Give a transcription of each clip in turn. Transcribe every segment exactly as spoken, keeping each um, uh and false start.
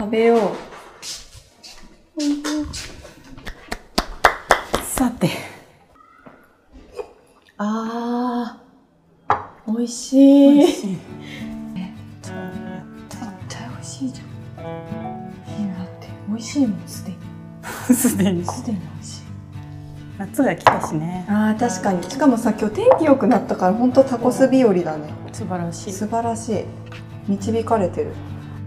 食べよう。さて、あー、美味しい。 美味しい。 え、絶対美味しいじゃん。いいなって、美味しいもんすでに。 すでに。 すでに美味しい。 夏が来たしね。 あー、確かに。しかもさ、今日天気良くなったから、本当タコス日和だね。 素晴らしい。 素晴らしい。導かれてる。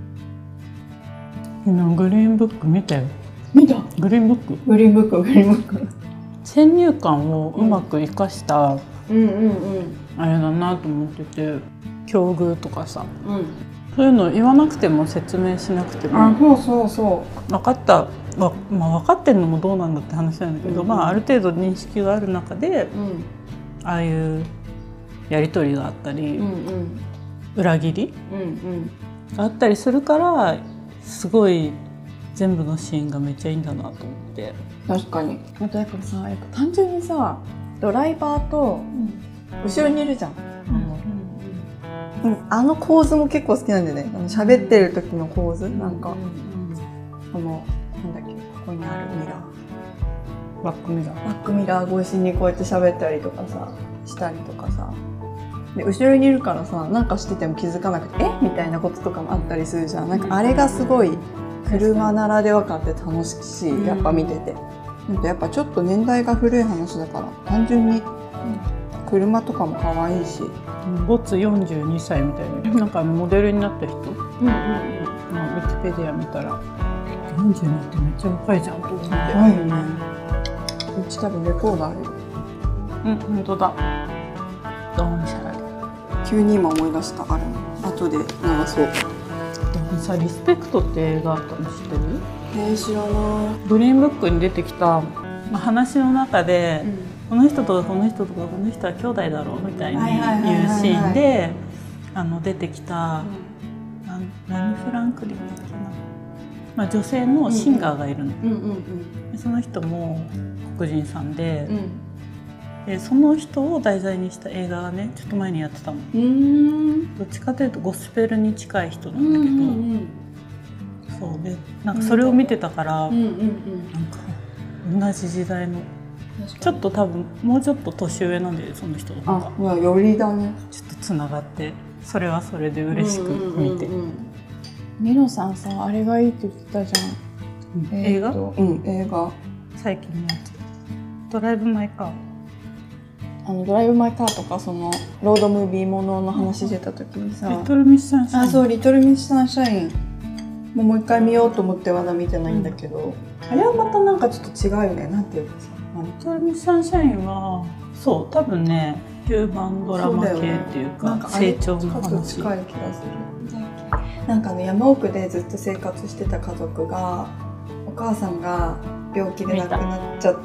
昨日グリーンブック見たよ。 見た？ グリーンブック。 グリーンブック、グリーンブック。 先入観をうまく生かした、 うんうんうんあれだなと思ってて、境遇とかさ、 うん。 そういうの言わなくても説明しなくても、 あ、そうそうそ分かったわ、まあ、分かってるのもどうなんだって話なんだけど、 うんうん、 まあ、ある程度認識がある中で、 う。うん。 ああいうやり取りがあったり、 うんうん裏切りうんうんがあったりするから、すごい全部のシーンがめっちゃいいんだなと思って。 確かに。あとやっぱさ、やっぱ単純にさ、ドライバーと後ろにいるじゃん。うん、あの構図も結構好きなんだよね。あの喋ってる時の構図、なんか、このなんだっけ、ここにあるミラー、 バックミラー。 バックミラー越しにこうやって喋ったりとかさ、したりとかさ。で後ろにいるからさ、なんかしてても気づかなくて、えみたいなこととかもあったりするじゃん。なんかあれがすごい車ならでは感って楽しいし、やっぱ見てて。なんかやっぱちょっと年代が古い話だから、単純に車とかも可愛いし。 ボツよんじゅうにさいみたいな、なんかモデルになった人、うんうん、ウィキペディア見たらよんじゅうにってめっちゃ若いじゃんと思って。 若いよね。うち多分レコードあるよ。 うん、本当だ。ドンシャラリ。 急に今思い出した。あれ後で流そう。 でもさ、リスペクトって映画あったの知ってる？ えー、知らない。 グリーンブックに出てきた、まあ、話の中で、うん、この人とこの人とこの人は兄弟だろうみたいに言うシーンであの出てきた、うん、な何フランクリンだっけな、まあ、女性のシンガーがいるの。その人も黒人さんで、うん、でその人を題材にした映画がね、ちょっと前にやってたの。うーん、どっちかというとゴスペルに近い人なんだけど、うんうんうん、そうで、なんかそれを見てたから、うんうんうん、なんか同じ時代のちょっと多分もうちょっと年上なんで、その人の方が。 あ、いや、よりだね。 ちょっとつながって、それはそれで嬉しく見て。 ミノさんさ、あれがいいって言ってたじゃん。 うん、映画？ うん、映画。 最近のやつ。ドライブ・マイ・カー。 あのドライブ・マイ・カーとか、そのロードムービーものの話してた時にさ、 リトル・ミス・サンシャイン。 あ、そう、リトル・ミス・サンシャイン。もうもう一回見ようと思ってまだ見てないんだけど、うん、あれはまたなんかちょっと違うよね。なんていうかさ、 リトル・ミス・サンシャインはそう、多分ね、ヒューマンドラマ系っていうか、ね、成長の話。 近い気がする。なんかね、山奥でずっと生活してた家族が、お母さんが病気で亡くなっちゃって、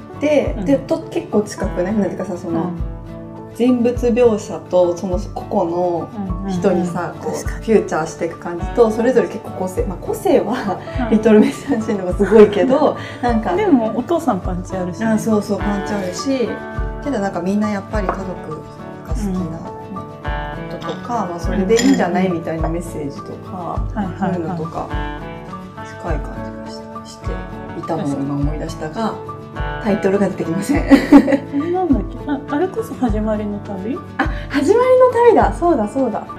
うん、でと結構近くね、なんていうかさ、その、うん、人物描写とその個々の人にさ、こうフューチャーしていく感じと、それぞれ結構個性、まあ、個性は、うん、リトル・ミス・サンシャインの方がすごいけど、なんかでもお父さんパンチあるし、ね、 あ、そうそう、パンチあるし、けどなんかみんなやっぱり家族が好きなこととか、うん、まあ、それでいいんじゃないみたいなメッセージとか、そういうのとか近い感じがしていたのを今思い出したが、タイトルが出てきません。 なんだっけ、あ、あれこそ始まりの旅？ あ、始まりの旅だ。そうだそうだ。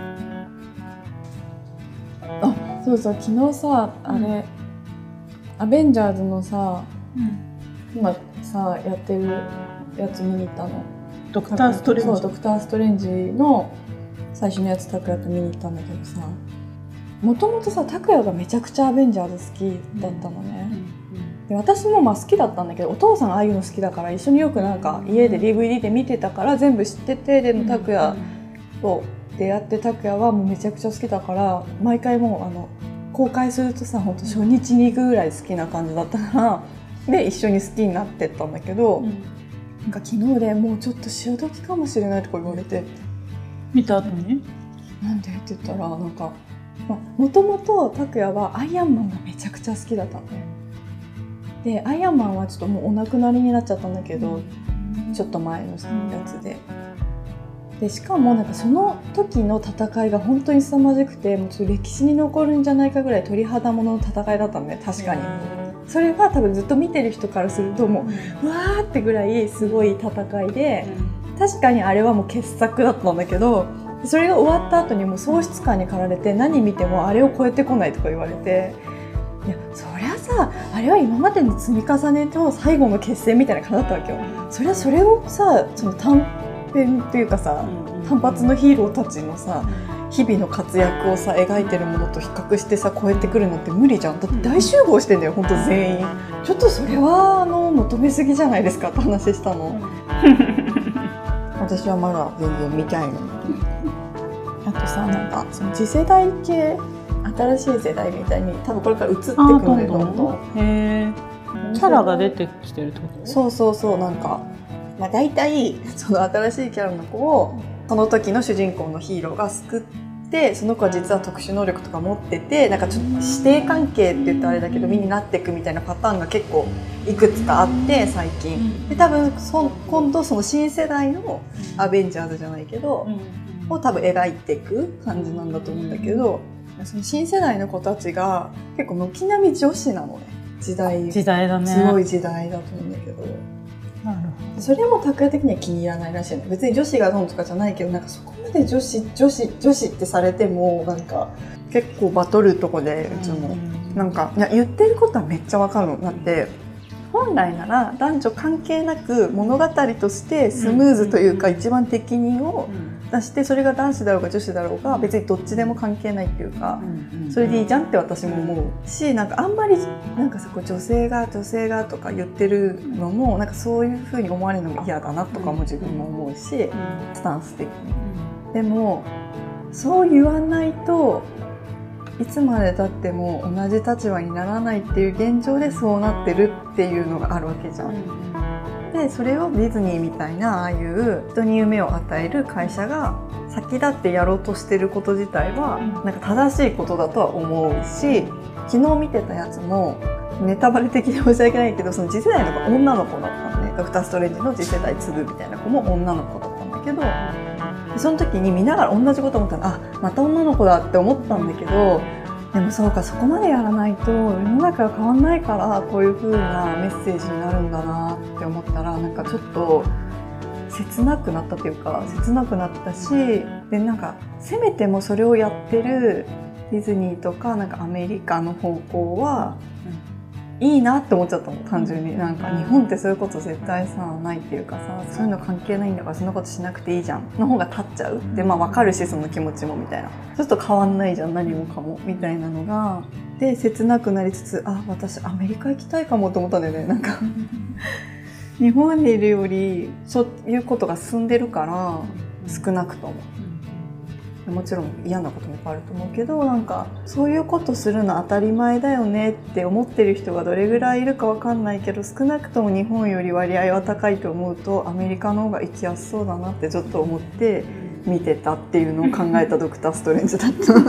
あ、そうそう、昨日さ、あれ、うん、アベンジャーズのさ、うん、今さやってるやつ見に行ったの。 ドクターストレンジ。 そう、ドクターストレンジの最初のやつ、拓也と見に行ったんだけどさ、もともとさ、拓也がめちゃくちゃアベンジャーズ好きだったのね。うんうん、で私もまあ好きだったんだけど、お父さんああいうの好きだから一緒によくなんか家で ディーブイディー で見てたから全部知ってて、でも拓也と出会って、拓也はもうめちゃくちゃ好きだから、毎回もうあの公開するとさ、ほんと初日に行くぐらい好きな感じだったからで、一緒に好きになってったんだけど、うん、なんか昨日でもうちょっと潮時かもしれないとか言われて、 見た後になんでって言ったら、なんかもともと拓也はアイアンマンがめちゃくちゃ好きだったのね。でアイアンマンはちょっともうお亡くなりになっちゃったんだけど、うん、ちょっと前のやつで、 でしかもなんかその時の戦いが本当に凄まじくて、もうちょっと歴史に残るんじゃないかぐらい鳥肌ものの戦いだったのね。確かにそれが多分ずっと見てる人からするともう、うん、うわーってぐらいすごい戦いで、うん、確かにあれはもう傑作だったんだけど、それが終わった後にもう喪失感に駆られて何見てもあれを超えてこないとか言われて、いやそりゃさあれは今までの積み重ねと最後の決戦みたいな感じだったわけよ。そりゃそれをさその短編っていうかさ、単発のヒーローたちのさ日々の活躍をさ描いてるものと比較してさ超えてくるなんて無理じゃん。だって大集合してんだよ本当全員。ちょっとそれはあの求めすぎじゃないですかって話したの。私はまだ全然見たいの。あとさなんかその次世代系新しい世代みたいに多分これから移っていくのでどんどん。 へー、キャラが出てきてるってこと？ そうそうそうなんか、まあ、大体その新しいキャラの子をその時の主人公のヒーローが救って、その子は実は特殊能力とか持っててなんかちょっと師弟関係って言ったらあれだけど身になっていくみたいなパターンが結構いくつかあって最近で、多分そ今度その新世代のアベンジャーズじゃないけどを多分描いていく感じなんだと思うんだけど、その新世代の子たちが結構軒並み女子なのね。時代時代だね。 すごい時代だと思うんだけど、なるほど。それも拓哉的には気に入らないらしいの。別に女子がどうとかじゃないけど、なんかそこまで女子女子女子ってされてもなんか結構バトるとこでうちも、うん、なんかいや言ってることはめっちゃわかるの。だって本来なら男女関係なく物語としてスムーズというか一番適任を出して、それが男子だろうが女子だろうが別にどっちでも関係ないっていうか、それでいいじゃんって私も思うし、なんかあんまりなんかそこ女性が女性がとか言ってるのもなんかそういう風に思われるのが嫌だなとかも自分も思うし、スタンス的に。でもそう言わないといつまで経っても同じ立場にならないっていう現状でそうなってるっていうのがあるわけじゃん。でそれをディズニーみたいなああいう人に夢を与える会社が先立ってやろうとしてること自体はなんか正しいことだとは思うし、昨日見てたやつもネタバレ的に申し訳ないけど、その次世代の子が女の子だったのね。ドクターストレンジの次世代継ぐみたいな子も女の子だったんだけど、その時に見ながら同じこと思ったら、あまた女の子だって思ったんだけど、でもそうかそこまでやらないと世の中が変わんないからこういう風なメッセージになるんだなって思ったら、なんかちょっと切なくなったというか切なくなったし、でなんかせめてもそれをやってるディズニーとかなんかアメリカの方向はいいなって思っちゃったの単純に。なんか日本ってそういうこと絶対さないっていうかさ、そういうの関係ないんだからそんなことしなくていいじゃんの方が立っちゃうで、まあ分かるしその気持ちもみたいな、ちょっと変わんないじゃん何もかもみたいなのがで切なくなりつつ、あ私アメリカ行きたいかもと思ったんだよね。なんか日本にいるよりそういうことが進んでるから少なくとも。もちろん嫌なこともいっぱいあると思うけど、なんかそういうことするの当たり前だよねって思ってる人がどれぐらいいるかわかんないけど、少なくとも日本より割合は高いと思うとアメリカの方が行きやすそうだなってちょっと思って見てたっていうのを考えたドクターストレンジだった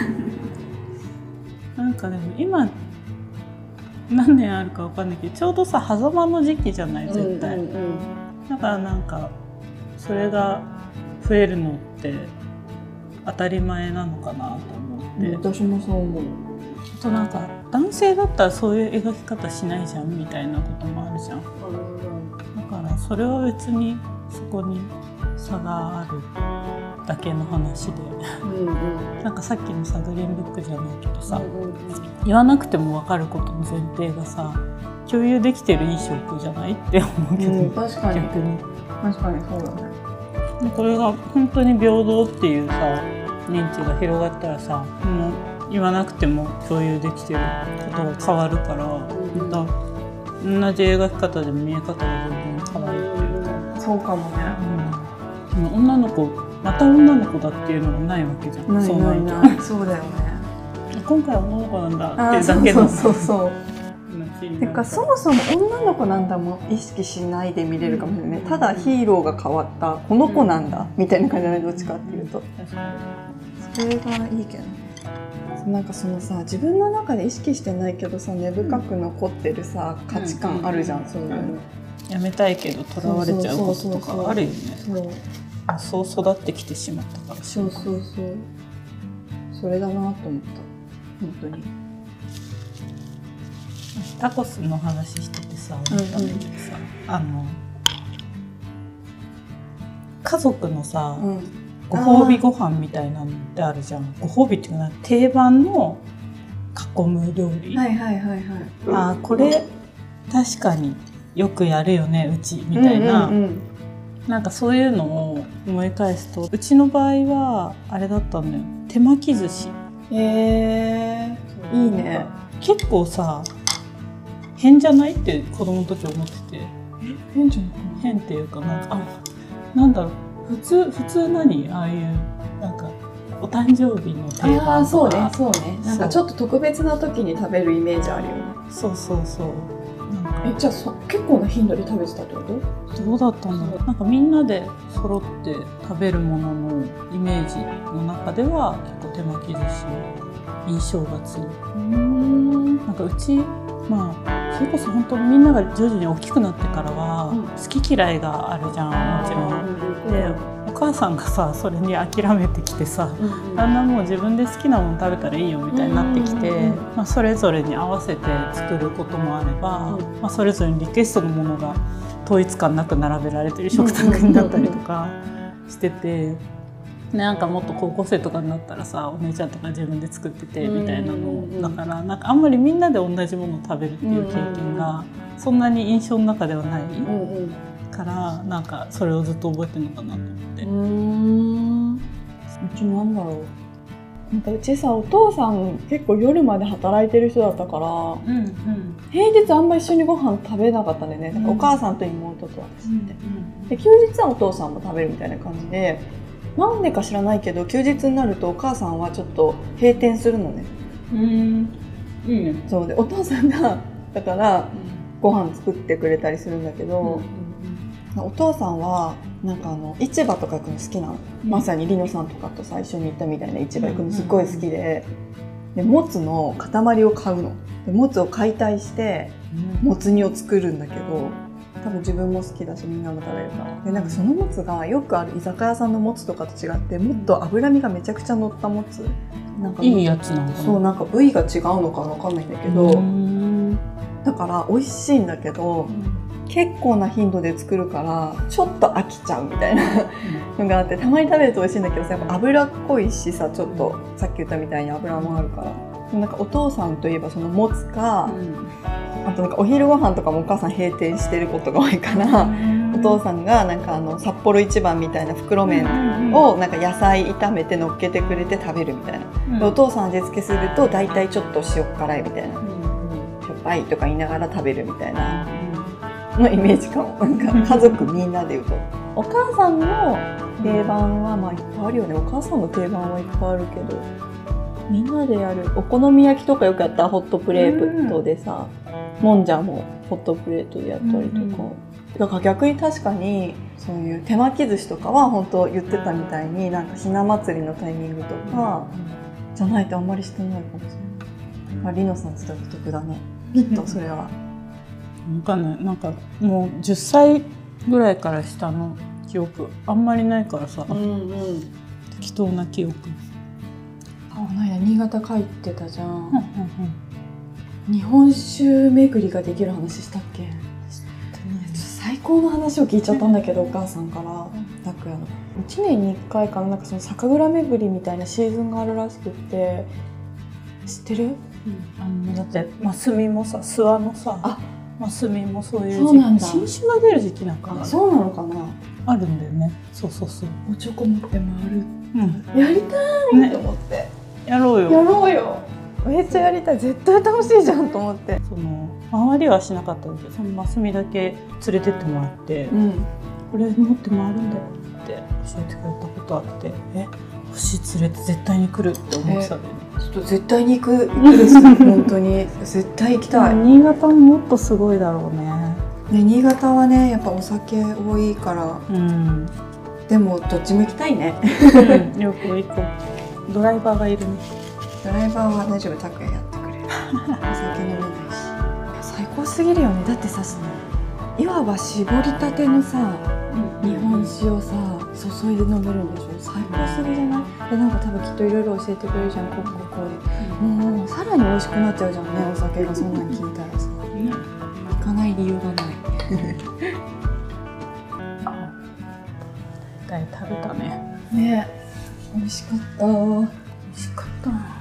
なんかでも今何年あるかわかんないけど、ちょうどさ狭間の時期じゃない絶対、うんうんうん、だからなんかそれが増えるのって当たり前なのかなと思って、 うん、私もそう思う。 あとなんか男性だったらそういう描き方しないじゃんみたいなこともあるじゃん、うん、だからそれは別にそこに差があるだけの話で、うんうん、なんかさっきのさグリーンブックじゃないけどさ、うんうん、言わなくても分かることの前提がさ共有できてるいい証拠じゃないって思うけど、うん、 確かに逆に確かにそうだね。 これが本当に平等っていうさ認知が広がったらさ、もう言わなくても共有できてることが変わるから、また同じ描き方でも見え方が全然変わるっていうか。 そうかもね、 うん、女の子また女の子だっていうのがないわけじゃん。 ないそうないないそうだよね。 今回は女の子なんだってだけのそうそうそうてかそもそも女の子なんだも意識しないで見れるかもしれない、うん、ただヒーローが変わったこの子なんだ、うん、みたいな感じじゃないどっちかっていうと、うん、それがいいけどね。なんかそのさ自分の中で意識してないけどさ根深く残ってるさ価値観あるじゃん、うん、そういうの、 やめたいけどとらわれちゃうこととかあるよね。 そうそう育ってきてしまったから。 そうそうそう、それだなと思った本当に。 タコスの話しててさ、思ったんだけどさ、うんうん、あの家族のさ、うん、ご褒美ご飯みたいなのってあるじゃん。ご褒美っていうのは定番の囲む料理。 はいはいはいはい。 あ、これ確かによくやるよねうちみたいな、うんうんうん、なんかそういうのを思い返すと、うちの場合はあれだったんだよ、手巻き寿司。 へー、いいね。 結構さ変じゃないって子供の時思ってて。え、 変じゃない？ 変っていうか、なんか、あ、なんだろう、普通普通何ああいうなんかお誕生日の定番とか。 あ、そうねそうね、なんかちょっと特別な時に食べるイメージあるよね。 そうそうそう。 え、じゃあそ結構な頻度で食べてたってこと？ どうだったんだろう。なんかみんなで揃って食べるもののイメージの中では結構手巻き寿司の印象が強い。うーん、なんかうち、まあそれこそ本当にみんなが徐々に大きくなってからは好き嫌いがあるじゃん、もちろん。で、お母さんがさそれに諦めてきてさ、だんだんもう自分で好きなもの食べたらいいよみたいになってきて、まあ、それぞれに合わせて作ることもあれば、まあ、それぞれにリクエストのものが統一感なく並べられてる食卓になったりとかしてて、なんかもっと高校生とかになったらさお姉ちゃんとか自分で作っててみたいなのだから、なんかあんまりみんなで同じものを食べるっていう経験がそんなに印象の中ではないから、なんかそれをずっと覚えてるのかなと思って。うーん、うちなんだろう、なんかうちさお父さん結構夜まで働いてる人だったから、うんうん、平日あんま一緒にご飯食べなかったんだよね、うん、なんかお母さんと妹と私って、うんうん、で休日はお父さんも食べるみたいな感じで、なんでか知らないけど休日になるとお母さんはちょっと閉店するのね。うーん、いいね。そうでお父さんがだからご飯作ってくれたりするんだけど、うんうんうん、お父さんはなんかあの市場とか行くの好きなの、うん、まさにリノさんとかと最初に行ったみたいな市場行くのすっごい好きで、でもつの塊を買うので、もつを解体してもつ煮を作るんだけど、多分自分も好きだしみんなも食べるから。でなんかそのもつがよくある居酒屋さんのもつとかと違ってもっと脂身がめちゃくちゃ乗ったもつ、 なんかいいやつなのかな。 そう、なんか部位が違うのかわかんないんだけど、だから美味しいんだけど、結構な頻度で作るからちょっと飽きちゃうみたいなのがあって、たまに食べると美味しいんだけどさ、やっぱ脂っこいしさ、ちょっとさっき言ったみたいに脂もあるから、なんかお父さんといえばそのもつか、うん、あとなんかお昼ご飯とかもお母さん閉店してることが多いから、うん、お父さんがなんかあの札幌一番みたいな袋麺をなんか野菜炒めて乗っけてくれて食べるみたいな、うん、でお父さん味付けすると大体ちょっと塩辛いみたいな、うん、しょっぱいとか言いながら食べるみたいなのイメージかも。なんか家族みんなで言うとお母さんの定番はまあいっぱいあるよね。お母さんの定番はいっぱいあるけど、みんなでやるお好み焼きとかよくやったらホットプレートでさ、うん、もんじゃもホットプレートでやったりとか、うん、だから逆に確かにそういう手巻き寿司とかは本当言ってたみたいになんかひな祭りのタイミングとかじゃないとあんまりしてないかもしれない。まあ、リノさんって独特だねきっとそれは。 わかんない、なんかもうじゅっさいぐらいから下の記憶あんまりないからさ、うんうん、適当な記憶。 この間新潟帰ってたじゃん、うんうんうん、日本酒巡りができる話したっけ？最高の話を聞いちゃったんだけど、お母さんから拓也のいちねんにいっかいかな、なんかその酒蔵巡りみたいなシーズンがあるらしくって、知ってる？うん、 あのだってマスミもさ、諏訪のさ、あマスミもそういうそうなんだ、 新酒が出る時期なんかな。 そうなのかな、 あるんだよね。そうそうそう、 おちょこ持って回る、うん、やりたい、ね、と思って、 やろうよやろうよ、めっちゃやりたい、絶対楽しいじゃんと思って。 その周りはしなかったんだけど、そのマスミだけ連れてってもらって、うん、これ持って回るんだよって教えてくれたことあって、え星連れて絶対に来るって思ってたんだよね。 ちょっと絶対に行く行くです本当に絶対行きたい。 新潟ももっとすごいだろうね。 ね、新潟はねやっぱお酒多いから、うん、でもどっちも行きたいね、 うん、よく行こう。ドライバーがいるね。 ドライバーは大丈夫、拓也やってくれるお酒飲めないし。最高すぎるよね。だってさ、いわば絞りたてのさ日本酒をさ注いで飲めるんでしょ。最高すぎじゃない？でなんか多分きっといろいろ教えてくれるじゃん、こうこうこうで、もうさらに美味しくなっちゃうじゃんね、お酒がそんなに効いたらさ、行かない理由がない大体食べたね。 ね、美味しかった。美味しかったな。